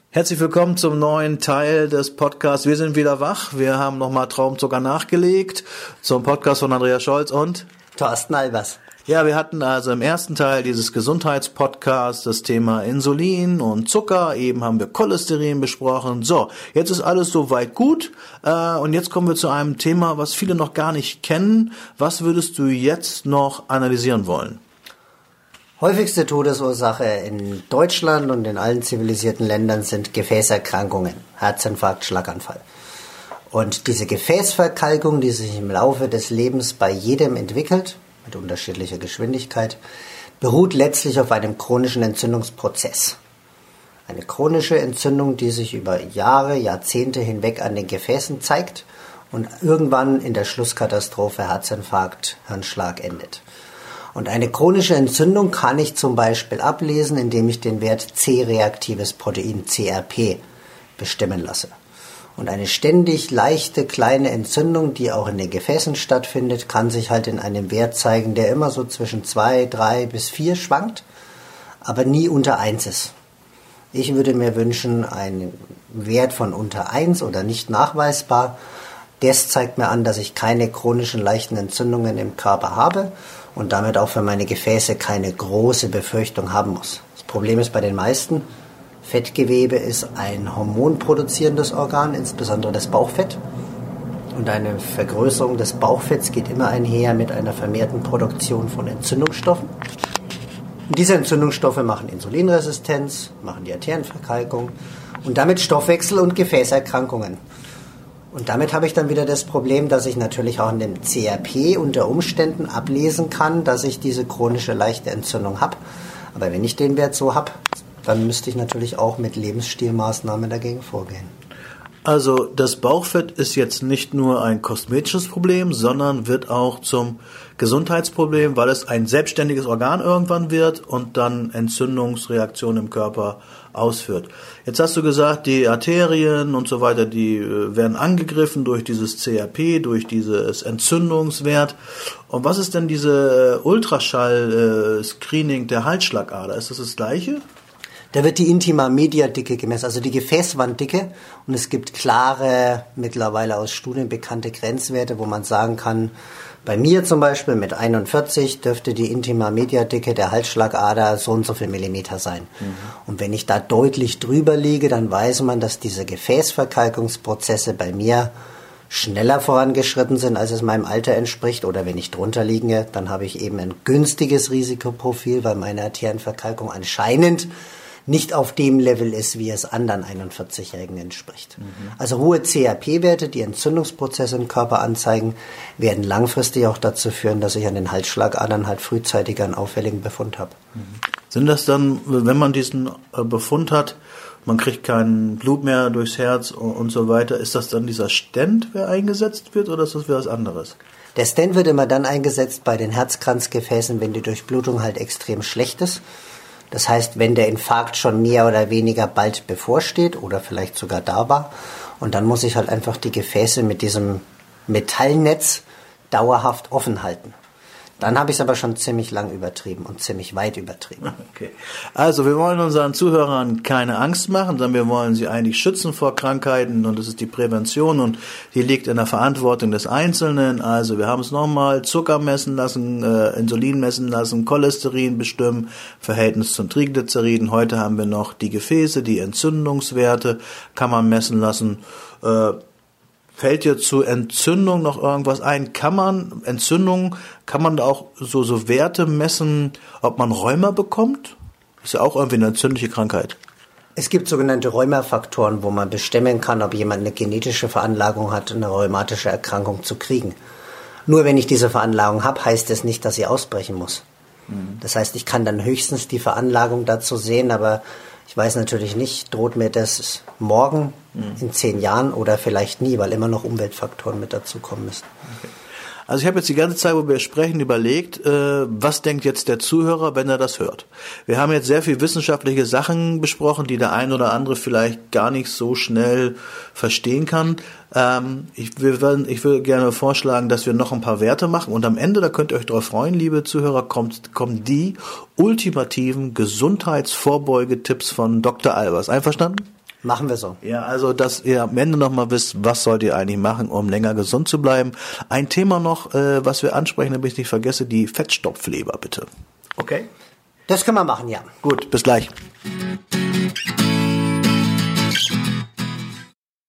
Herzlich willkommen zum neuen Teil des Podcasts. Wir sind wieder wach. Wir haben nochmal Traubenzucker nachgelegt zum Podcast von Andreas Scholz und Thorsten Albers. Ja, wir hatten also im ersten Teil dieses Gesundheitspodcasts das Thema Insulin und Zucker. Eben haben wir Cholesterin besprochen. So, jetzt ist alles soweit gut. Und jetzt kommen wir zu einem Thema, was viele noch gar nicht kennen. Was würdest du jetzt noch analysieren wollen? Häufigste Todesursache in Deutschland und in allen zivilisierten Ländern sind Gefäßerkrankungen, Herzinfarkt, Schlaganfall. Und diese Gefäßverkalkung, die sich im Laufe des Lebens bei jedem entwickelt, mit unterschiedlicher Geschwindigkeit, beruht letztlich auf einem chronischen Entzündungsprozess. Eine chronische Entzündung, die sich über Jahre, Jahrzehnte hinweg an den Gefäßen zeigt und irgendwann in der Schlusskatastrophe Herzinfarkt, Hirnschlag endet. Und eine chronische Entzündung kann ich zum Beispiel ablesen, indem ich den Wert C-reaktives Protein, CRP, bestimmen lasse. Und eine ständig leichte, kleine Entzündung, die auch in den Gefäßen stattfindet, kann sich halt in einem Wert zeigen, der immer so zwischen 2, 3 bis 4 schwankt, aber nie unter 1 ist. Ich würde mir wünschen, einen Wert von unter 1 oder nicht nachweisbar. Das zeigt mir an, dass ich keine chronischen leichten Entzündungen im Körper habe und damit auch für meine Gefäße keine große Befürchtung haben muss. Das Problem ist bei den meisten, Fettgewebe ist ein hormonproduzierendes Organ, insbesondere das Bauchfett. Und eine Vergrößerung des Bauchfetts geht immer einher mit einer vermehrten Produktion von Entzündungsstoffen. Und diese Entzündungsstoffe machen Insulinresistenz, machen die Arterienverkalkung und damit Stoffwechsel- und Gefäßerkrankungen. Und damit habe ich dann wieder das Problem, dass ich natürlich auch an dem CRP unter Umständen ablesen kann, dass ich diese chronische leichte Entzündung habe. Aber wenn ich den Wert so habe, dann müsste ich natürlich auch mit Lebensstilmaßnahmen dagegen vorgehen. Also das Bauchfett ist jetzt nicht nur ein kosmetisches Problem, sondern wird auch zum Gesundheitsproblem, weil es ein selbstständiges Organ irgendwann wird und dann Entzündungsreaktionen im Körper ausführt. Jetzt hast du gesagt, die Arterien und so weiter, die werden angegriffen durch dieses CRP, durch dieses Entzündungswert. Und was ist denn diese Ultraschall-Screening der Halsschlagader? Ist das das Gleiche? Da wird die Intima-Media-Dicke gemessen, also die Gefäßwanddicke. Und es gibt klare, mittlerweile aus Studien bekannte Grenzwerte, wo man sagen kann, bei mir zum Beispiel mit 41 dürfte die Intima-Media-Dicke der Halsschlagader so und so viel Millimeter sein. Und wenn ich da deutlich drüber liege, dann weiß man, dass diese Gefäßverkalkungsprozesse bei mir schneller vorangeschritten sind, als es meinem Alter entspricht. Oder wenn ich drunter liege, dann habe ich eben ein günstiges Risikoprofil, weil meine Arterienverkalkung anscheinend nicht auf dem Level ist, wie es anderen 41-Jährigen entspricht. Also hohe CRP-Werte, die Entzündungsprozesse im Körper anzeigen, werden langfristig auch dazu führen, dass ich an den Halsschlagadern halt frühzeitig einen auffälligen Befund habe. Sind das dann, wenn man diesen Befund hat, man kriegt kein Blut mehr durchs Herz und so weiter, ist das dann dieser Stent, der eingesetzt wird, oder ist das was anderes? Der Stent wird immer dann eingesetzt bei den Herzkranzgefäßen, wenn die Durchblutung halt extrem schlecht ist. Das heißt, wenn der Infarkt schon mehr oder weniger bald bevorsteht oder vielleicht sogar da war. Und dann muss ich halt einfach die Gefäße mit diesem Metallnetz dauerhaft offen halten. Dann habe ich es aber schon ziemlich lang übertrieben und ziemlich weit übertrieben. Okay. Also wir wollen unseren Zuhörern keine Angst machen, sondern wir wollen sie eigentlich schützen vor Krankheiten, und das ist die Prävention, und die liegt in der Verantwortung des Einzelnen. Also wir haben es nochmal: Zucker messen lassen, Insulin messen lassen, Cholesterin bestimmen, Verhältnis zum Triglyceriden. Heute haben wir noch die Gefäße, die Entzündungswerte kann man messen lassen. Fällt dir zu Entzündung noch irgendwas ein? Kann man da auch so Werte messen, ob man Rheuma bekommt? Ist ja auch irgendwie eine entzündliche Krankheit. Es gibt sogenannte Rheumafaktoren, wo man bestimmen kann, ob jemand eine genetische Veranlagung hat, eine rheumatische Erkrankung zu kriegen. Nur wenn ich diese Veranlagung habe, heißt es nicht, dass sie ausbrechen muss. Das heißt, ich kann dann höchstens die Veranlagung dazu sehen, aber ich weiß natürlich nicht, droht mir das morgen, in 10 Jahren oder vielleicht nie, weil immer noch Umweltfaktoren mit dazukommen müssen. Okay. Also ich habe jetzt die ganze Zeit, wo wir sprechen, überlegt, was denkt jetzt der Zuhörer, wenn er das hört? Wir haben jetzt sehr viel wissenschaftliche Sachen besprochen, die der ein oder andere vielleicht gar nicht so schnell verstehen kann. Ich will gerne vorschlagen, dass wir noch ein paar Werte machen, und am Ende, da könnt ihr euch drauf freuen, liebe Zuhörer, kommen die ultimativen Gesundheitsvorbeugetips von Dr. Albers. Einverstanden? Machen wir so. Ja, also, dass ihr am Ende nochmal wisst, was sollt ihr eigentlich machen, um länger gesund zu bleiben. Ein Thema noch, was wir ansprechen, damit ich nicht vergesse, die Fettstopfleber, bitte. Okay? Das können wir machen, ja. Gut, bis gleich.